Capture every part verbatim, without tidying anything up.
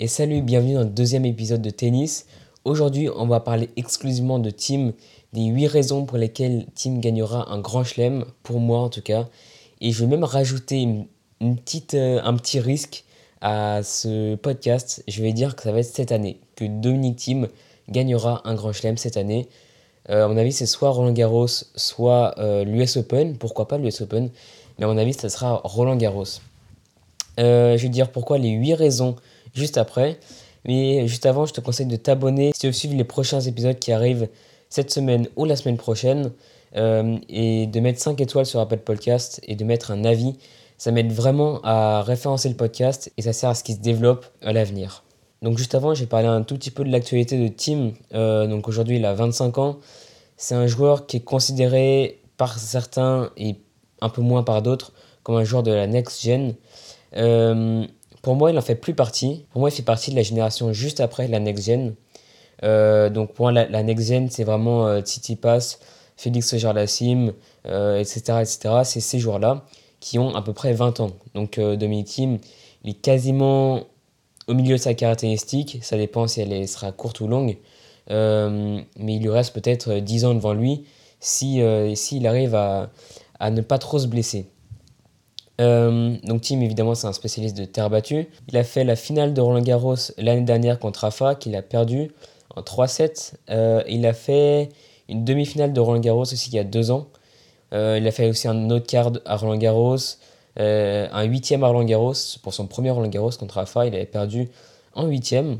Et salut, bienvenue dans le deuxième épisode de tennis. Aujourd'hui, on va parler exclusivement de Thiem, des huit raisons pour lesquelles Thiem gagnera un grand chelem, pour moi en tout cas. Et je vais même rajouter une, une petite, euh, un petit risque à ce podcast. Je vais dire que ça va être cette année, que Dominic Thiem gagnera un grand chelem cette année. Euh, à mon avis, c'est soit Roland Garros, soit euh, l'U S Open. Pourquoi pas l'U S Open? Mais à mon avis, ça sera Roland Garros. Euh, je vais te dire pourquoi les huit raisons juste après. Mais juste avant, je te conseille de t'abonner si tu veux suivre les prochains épisodes qui arrivent cette semaine ou la semaine prochaine. Euh, et de mettre cinq étoiles sur Apple Podcast et de mettre un avis. Ça m'aide vraiment à référencer le podcast et ça sert à ce qu'il se développe à l'avenir. Donc juste avant, j'ai parlé un tout petit peu de l'actualité de Thiem. Euh, donc aujourd'hui, il a vingt-cinq ans. C'est un joueur qui est considéré par certains et un peu moins par d'autres comme un joueur de la next gen. Euh, pour moi, il n'en fait plus partie. Pour moi, il fait partie de la génération juste après la next-gen. Euh, donc pour moi, la, la next-gen, c'est vraiment euh, Tsitsipas, Félix Auger-Aliassime, euh, et cetera, et cetera. C'est ces joueurs-là qui ont à peu près vingt ans. Donc euh, Dominic Thiem, il est quasiment au milieu de sa caractéristique. Ça dépend si elle est- sera courte ou longue. Euh, mais il lui reste peut-être dix ans devant lui si, euh, s'il arrive à, à ne pas trop se blesser. Euh, donc Thiem, évidemment, c'est un spécialiste de terre battue. Il a fait la finale de Roland Garros l'année dernière contre Rafa, qu'il a perdu en trois sept. Euh, il a fait une demi-finale de Roland Garros aussi il y a deux ans. Euh, il a fait aussi un autre quart à Roland Garros, euh, un huitième à Roland Garros. Pour son premier Roland Garros contre Rafa, il avait perdu en huitième.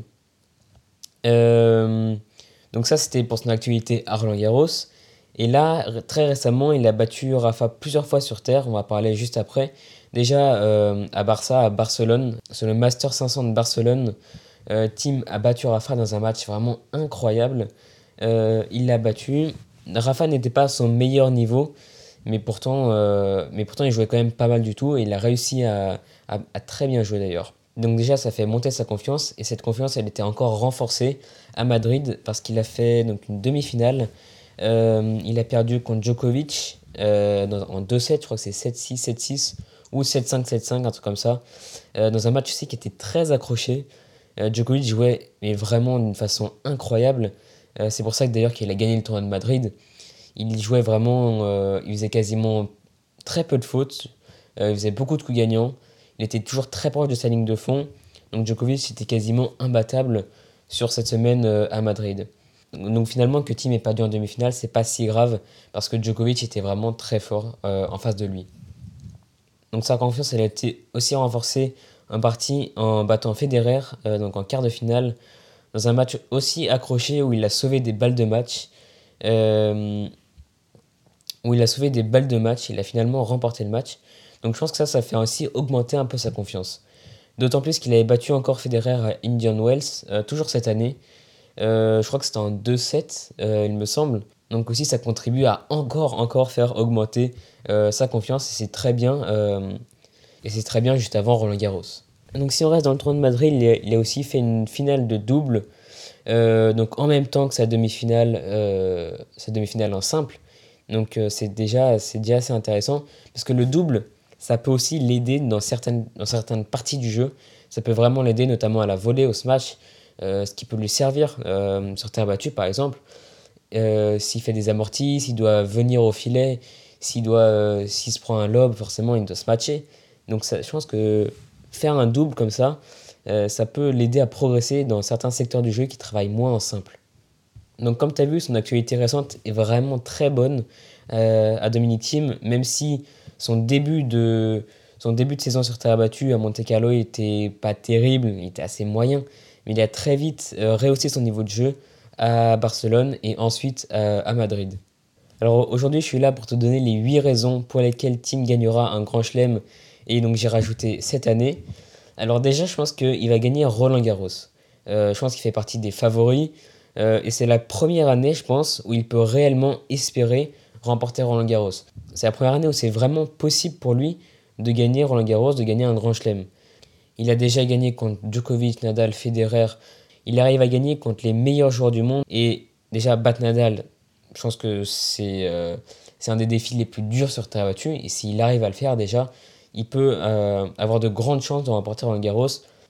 Euh, donc ça, c'était pour son actualité à Roland Garros. Et là, r- très récemment, il a battu Rafa plusieurs fois sur terre. On va parler juste après. Déjà euh, à Barça, à Barcelone, sur le Master cinq cents de Barcelone, euh, Thiem a battu Rafa dans un match vraiment incroyable. Euh, il l'a battu. Rafa n'était pas à son meilleur niveau, mais pourtant, euh, mais pourtant il jouait quand même pas mal du tout et il a réussi à, à- à très bien jouer d'ailleurs. Donc déjà, ça fait monter sa confiance et cette confiance, elle était encore renforcée à Madrid parce qu'il a fait donc une demi-finale. Euh, il a perdu contre Djokovic euh, dans- en deux sept, je crois que c'est sept six, sept six ou sept cinq, sept cinq, un truc comme ça. Euh, dans un match aussi qui était très accroché. Euh, Djokovic jouait mais vraiment d'une façon incroyable. Euh, c'est pour ça que d'ailleurs qu'il a gagné le tournoi de Madrid. Il jouait vraiment, euh, il faisait quasiment très peu de fautes, euh, il faisait beaucoup de coups gagnants, il était toujours très proche de sa ligne de fond, donc Djokovic était quasiment imbattable sur cette semaine euh, à Madrid. Donc finalement que Thiem ait perdu en demi-finale, c'est pas si grave parce que Djokovic était vraiment très fort euh, en face de lui. Donc sa confiance elle a été aussi renforcée en partie en battant Federer euh, donc en quart de finale dans un match aussi accroché où il a sauvé des balles de match. Euh, où il a sauvé des balles de match, il a finalement remporté le match. Donc je pense que ça, ça fait aussi augmenter un peu sa confiance. D'autant plus qu'il avait battu encore Federer à Indian Wells, euh, toujours cette année. Euh, je crois que c'était en deux sept, euh, il me semble. Donc aussi, ça contribue à encore, encore faire augmenter euh, sa confiance. Et c'est très bien. euh, et c'est très bien juste avant Roland Garros. Donc si on reste dans le tournoi de Madrid, il a, il a aussi fait une finale de double. Euh, donc en même temps que sa demi-finale, euh, sa demi-finale en simple. Donc euh, c'est déjà, c'est déjà assez intéressant parce que le double, ça peut aussi l'aider dans certaines, dans certaines parties du jeu. Ça peut vraiment l'aider, notamment à la volée, au smash, euh, ce qui peut lui servir euh, sur terre battue par exemple. Euh, s'il fait des amortis, s'il doit venir au filet, s'il doit, euh, s'il se prend un lob, forcément il doit se matcher. Donc ça, je pense que faire un double comme ça, euh, ça peut l'aider à progresser dans certains secteurs du jeu qui travaillent moins en simple. Donc comme tu as vu, son actualité récente est vraiment très bonne euh, à Dominic Thiem, même si son début de, son début de saison sur terre battue à Monte Carlo était pas terrible, il était assez moyen, mais il a très vite euh, rehaussé son niveau de jeu à Barcelone et ensuite euh, à Madrid. Alors aujourd'hui, je suis là pour te donner les huit raisons pour lesquelles Thiem gagnera un grand chelem et donc j'ai rajouté cette année. Alors déjà, je pense qu'il va gagner Roland Garros. Euh, je pense qu'il fait partie des favoris. Euh, et c'est la première année, je pense, où il peut réellement espérer remporter Roland Garros. C'est la première année où c'est vraiment possible pour lui de gagner Roland Garros, de gagner un grand chelem. Il a déjà gagné contre Djokovic, Nadal, Federer. Il arrive à gagner contre les meilleurs joueurs du monde. Et déjà, battre Nadal, je pense que c'est euh, c'est un des défis les plus durs sur terre battue. Et s'il arrive à le faire déjà, il peut euh, avoir de grandes chances de remporter Roland Garros.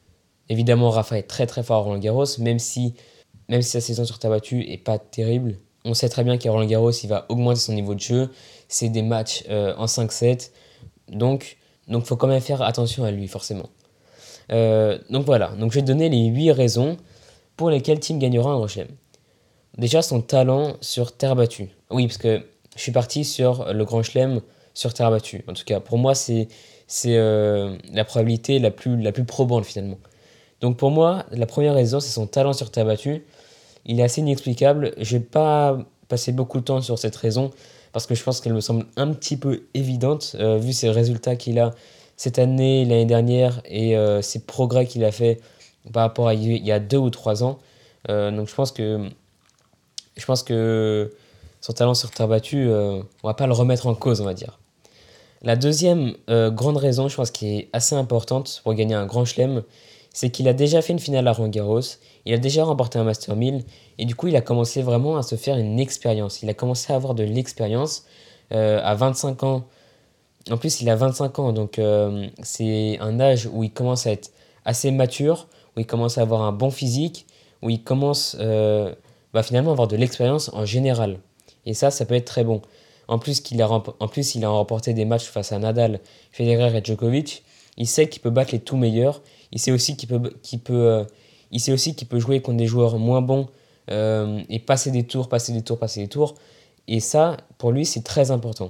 Évidemment, Rafa est très très fort à Roland-Garros, même si, même si sa saison sur terre battue est pas terrible. On sait très bien qu'à Roland-Garros, il va augmenter son niveau de jeu. C'est des matchs euh, en cinq sept. Donc, donc, faut quand même faire attention à lui, forcément. Euh, donc voilà, donc je vais te donner les huit raisons pour lesquelles Thiem gagnera un Grand Chelem. Déjà, son talent sur terre battue. Oui, parce que je suis parti sur le Grand Chelem sur terre battue. En tout cas, pour moi, c'est c'est euh, la probabilité la plus, la plus probante finalement. Donc pour moi, la première raison, c'est son talent sur terre battue. Il est assez inexplicable. Je vais pas passer beaucoup de temps sur cette raison parce que je pense qu'elle me semble un petit peu évidente euh, vu ses résultats qu'il a cette année, l'année dernière et euh, ses progrès qu'il a fait par rapport à il y a deux ou trois ans. Euh, donc je pense que je pense que son talent sur terre battue, euh, on va pas le remettre en cause, on va dire. La deuxième euh, grande raison, je pense, qui est assez importante pour gagner un grand chelem, c'est qu'il a déjà fait une finale à Roland-Garros, il a déjà remporté un Master mille, et du coup, il a commencé vraiment à se faire une expérience. Il a commencé à avoir de l'expérience euh, à vingt-cinq ans. En plus, il a vingt-cinq ans, donc euh, c'est un âge où il commence à être assez mature, où il commence à avoir un bon physique, où il commence euh, bah, finalement à avoir de l'expérience en général. Et ça, ça peut être très bon. En plus, qu'il a, remp- en plus, il a remporté des matchs face à Nadal, Federer et Djokovic. Il sait qu'il peut battre les tout meilleurs. Il sait aussi qu'il peut, qu'il peut, euh, il sait aussi qu'il peut jouer contre des joueurs moins bons euh, et passer des tours, passer des tours, passer des tours. Et ça, pour lui, c'est très important.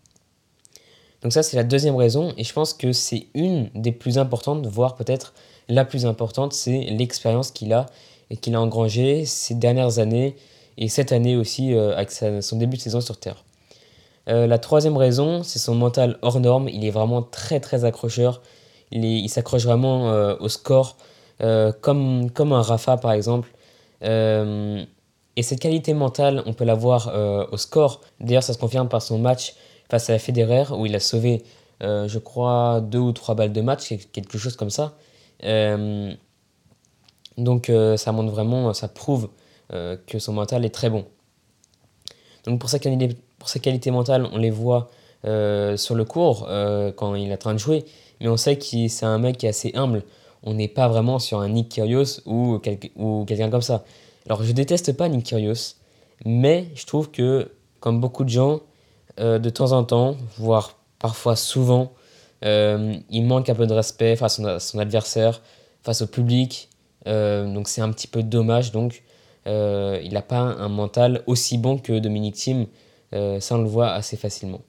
Donc ça, c'est la deuxième raison, et je pense que c'est une des plus importantes, voire peut-être la plus importante, c'est l'expérience qu'il a et qu'il a engrangée ces dernières années, et cette année aussi euh, avec sa- son début de saison sur Terre. Euh, la troisième raison, c'est son mental hors norme, il est vraiment très très accrocheur, il, est- il s'accroche vraiment euh, au score, euh, comme, comme un Rafa par exemple. Euh, et cette qualité mentale, on peut la voir euh, au score. D'ailleurs, ça se confirme par son match face à Federer, où il a sauvé, euh, je crois, deux ou trois balles de match, quelque chose comme ça. Euh, donc, euh, ça montre vraiment, ça prouve euh, que son mental est très bon. Donc, pour sa qualité, pour sa qualité mentale, on les voit euh, sur le court euh, quand il est en train de jouer, mais on sait que c'est un mec qui est assez humble. On n'est pas vraiment sur un Nick Kyrgios ou, quel, ou quelqu'un comme ça. Alors, je déteste pas Nick Kyrgios, mais je trouve que, comme beaucoup de gens, euh, de temps en temps, voire parfois souvent, euh, il manque un peu de respect face à son, adversaire, face au public. Euh, donc c'est un petit peu dommage. Donc euh, il n'a pas un mental aussi bon que Dominic Thiem. Euh, ça, on le voit assez facilement.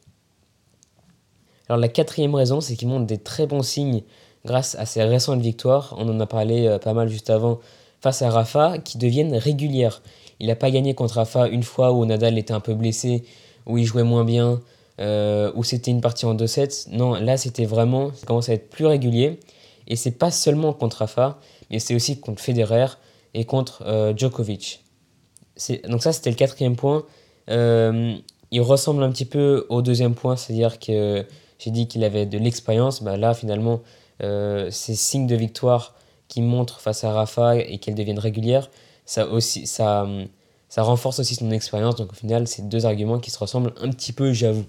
Alors la quatrième raison, c'est qu'il montre des très bons signes grâce à ses récentes victoires. On en a parlé euh, pas mal juste avant face à Rafa, qui deviennent régulières. Il n'a pas gagné contre Rafa une fois où Nadal était un peu blessé, où il jouait moins bien, euh, où c'était une partie en deux sept. Non, là c'était vraiment, ça commence à être plus régulier. Et c'est pas seulement contre Rafa, mais c'est aussi contre Federer et contre euh, Djokovic. C'est, donc ça c'était le quatrième point. Euh, il ressemble un petit peu au deuxième point, c'est-à-dire que j'ai dit qu'il avait de l'expérience. Bah là finalement, euh, ces signes de victoire qu'il montre face à Rafa et qu'elles deviennent régulières, ça, aussi, ça, ça renforce aussi son expérience. Donc au final, c'est deux arguments qui se ressemblent un petit peu, j'avoue.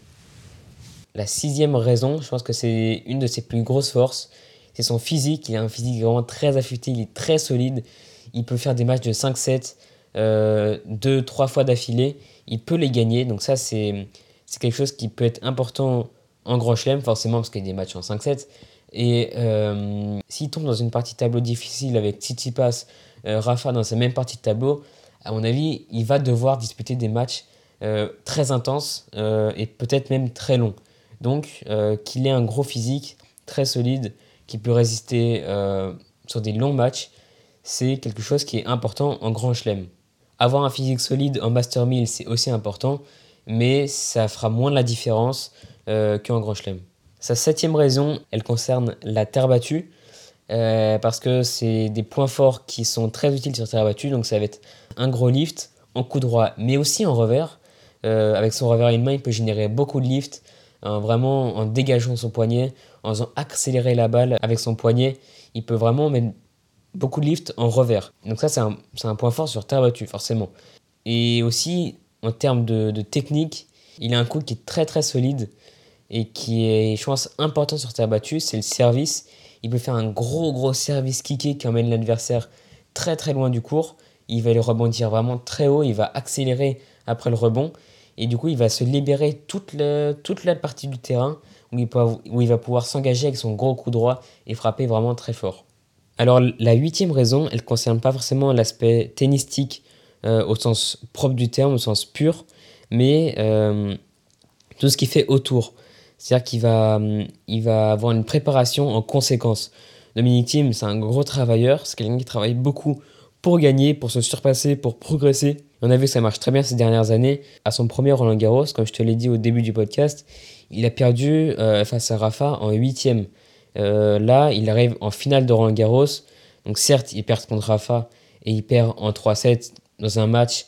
La sixième raison, je pense que c'est une de ses plus grosses forces, c'est son physique. Il a un physique vraiment très affûté, il est très solide. Il peut faire des matchs de cinq sept, euh, deux, trois fois d'affilée. Il peut les gagner, donc ça c'est, c'est quelque chose qui peut être important en Grand Chelem, forcément parce qu'il y a des matchs en cinq sept. Et euh, s'il tombe dans une partie de tableau difficile avec Tsitsipas, euh, Rafa dans sa même partie de tableau, à mon avis, il va devoir disputer des matchs euh, très intenses euh, et peut-être même très longs. Donc, euh, qu'il ait un gros physique très solide, qui peut résister euh, sur des longs matchs, c'est quelque chose qui est important en Grand Chelem. Avoir un physique solide en Master mille, c'est aussi important, mais ça fera moins la différence euh, qu'en Grand Chelem. Sa septième raison, elle concerne la terre battue, euh, parce que c'est des points forts qui sont très utiles sur terre battue, donc ça va être un gros lift en coup droit, mais aussi en revers. Euh, avec son revers à une main, il peut générer beaucoup de lift, hein, vraiment en dégageant son poignet, en faisant accélérer la balle avec son poignet. Il peut vraiment mettre beaucoup de lift en revers. Donc ça, c'est un, c'est un point fort sur terre battue, forcément. Et aussi, en termes de, de technique, il a un coup qui est très très solide et qui est, je pense, important sur terre battue, c'est le service. il peut faire un gros gros service kické qui emmène l'adversaire très très loin du court. Il va le rebondir vraiment très haut, il va accélérer après le rebond. Et du coup, il va se libérer toute, le, toute la partie du terrain où il, peut, où il va pouvoir s'engager avec son gros coup droit et frapper vraiment très fort. Alors la huitième raison, elle ne concerne pas forcément l'aspect tennistique euh, au sens propre du terme, au sens pur, mais euh, tout ce qui fait autour. C'est-à-dire qu'il va, il va avoir une préparation en conséquence. Dominic Thiem, c'est un gros travailleur, c'est quelqu'un qui travaille beaucoup pour gagner, pour se surpasser, pour progresser. Et on a vu que ça marche très bien ces dernières années. À son premier Roland Garros, comme je te l'ai dit au début du podcast, il a perdu euh, face à Rafa en huitième. Euh, là, il arrive en finale de Roland Garros. Donc certes, il perd contre Rafa et il perd en trois sept dans un match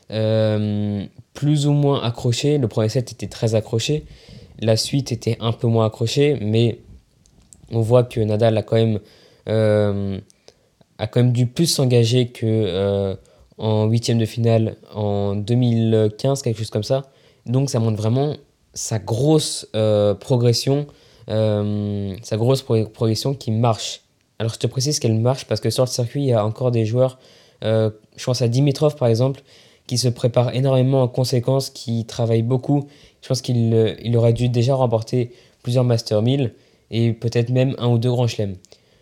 euh, plus ou moins accroché. Le premier set était très accroché. La suite était un peu moins accrochée, mais on voit que Nadal a quand même, euh, a quand même dû plus s'engager que euh, en huitième de finale en deux mille quinze, quelque chose comme ça. Donc ça montre vraiment sa grosse euh, progression, euh, sa grosse pro- progression qui marche. Alors je te précise qu'elle marche parce que sur le circuit, il y a encore des joueurs, euh, je pense à Dimitrov par exemple, qui se prépare énormément en conséquence, qui travaille beaucoup. Je pense qu'il euh, il aurait dû déjà remporter plusieurs Master mille et peut-être même un ou deux Grands Chelems.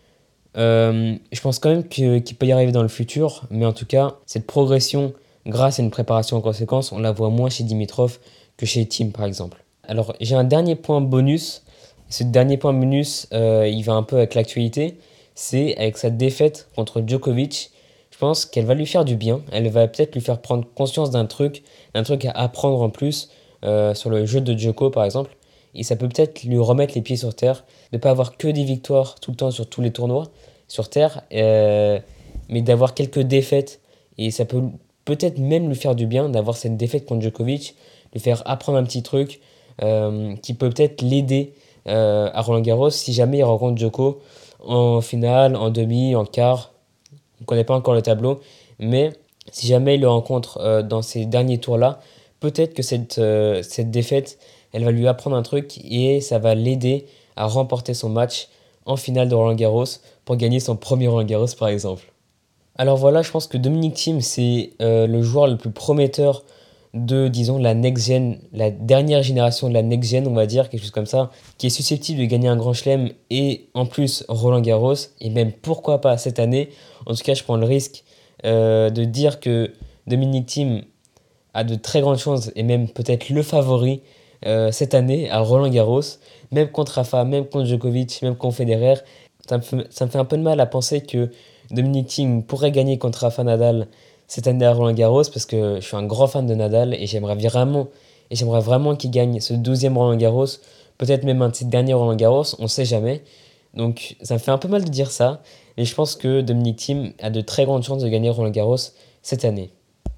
Euh, je pense quand même que, qu'il peut y arriver dans le futur, mais en tout cas, cette progression, grâce à une préparation en conséquence, on la voit moins chez Dimitrov que chez Thiem par exemple. Alors j'ai un dernier point bonus. Ce dernier point bonus, euh, il va un peu avec l'actualité. C'est avec sa défaite contre Djokovic. Je pense qu'elle va lui faire du bien. Elle va peut-être lui faire prendre conscience d'un truc, d'un truc à apprendre en plus euh, sur le jeu de Djoko par exemple. Et ça peut peut-être lui remettre les pieds sur terre, de ne pas avoir que des victoires tout le temps sur tous les tournois sur terre, euh, mais d'avoir quelques défaites. Et ça peut peut-être même lui faire du bien d'avoir cette défaite contre Djokovic, lui faire apprendre un petit truc euh, qui peut peut-être l'aider euh, à Roland Garros si jamais il rencontre Djoko en finale, en demi, en quart. On ne connaît pas encore le tableau, mais si jamais il le rencontre euh, dans ces derniers tours-là, peut-être que cette, euh, cette défaite, elle va lui apprendre un truc et ça va l'aider à remporter son match en finale de Roland Garros pour gagner son premier Roland Garros par exemple. Alors voilà, je pense que Dominic Thiem, c'est euh, le joueur le plus prometteur de, disons, la next-gen, la dernière génération de la next-gen, on va dire, quelque chose comme ça, qui est susceptible de gagner un grand chelem et en plus Roland Garros, et même pourquoi pas cette année. En tout cas, je prends le risque euh, de dire que Dominic Thiem a de très grandes chances, et même peut-être le favori euh, cette année à Roland Garros, même contre Rafa, même contre Djokovic, même contre Federer. Ça me fait, ça me fait un peu de mal à penser que Dominic Thiem pourrait gagner contre Rafa Nadal cette année à Roland Garros parce que je suis un grand fan de Nadal et j'aimerais vraiment, et j'aimerais vraiment qu'il gagne ce douzième Roland Garros, peut-être même un de ses derniers Roland Garros, on ne sait jamais. Donc ça me fait un peu mal de dire ça, mais je pense que Dominic Thiem a de très grandes chances de gagner Roland Garros cette année.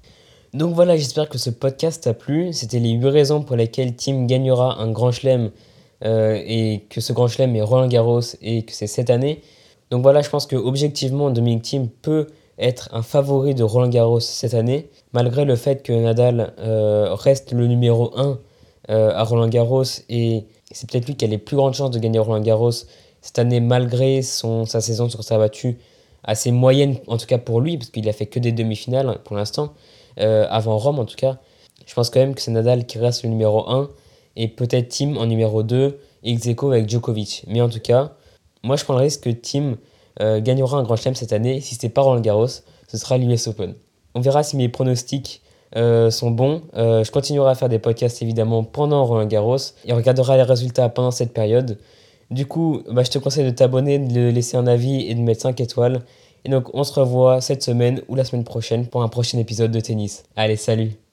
Donc voilà, j'espère que ce podcast t'a plu. C'était les huit raisons pour lesquelles Thiem gagnera un grand chelem euh, et que ce grand chelem est Roland Garros et que c'est cette année. Donc voilà, je pense que objectivement Dominic Thiem peut être un favori de Roland Garros cette année, malgré le fait que Nadal euh, reste le numéro un euh, à Roland Garros et c'est peut-être lui qui a les plus grandes chances de gagner Roland Garros cette année malgré son, sa saison sur terre battue assez moyenne, en tout cas pour lui, parce qu'il a fait que des demi-finales pour l'instant, euh, avant Rome en tout cas. Je pense quand même que c'est Nadal qui reste le numéro un et peut-être Thiem en numéro deux, ex aequo avec Djokovic. Mais en tout cas, moi je prends le risque que Thiem euh, gagnera un grand chelem cette année. Si ce n'est pas Roland Garros, ce sera l'U S Open. On verra si mes pronostics euh, sont bons. Euh, je continuerai à faire des podcasts évidemment pendant Roland Garros et on regardera les résultats pendant cette période. Du coup, bah, je te conseille de t'abonner, de laisser un avis et de mettre cinq étoiles. Et donc on se revoit cette semaine ou la semaine prochaine pour un prochain épisode de tennis. Allez, salut!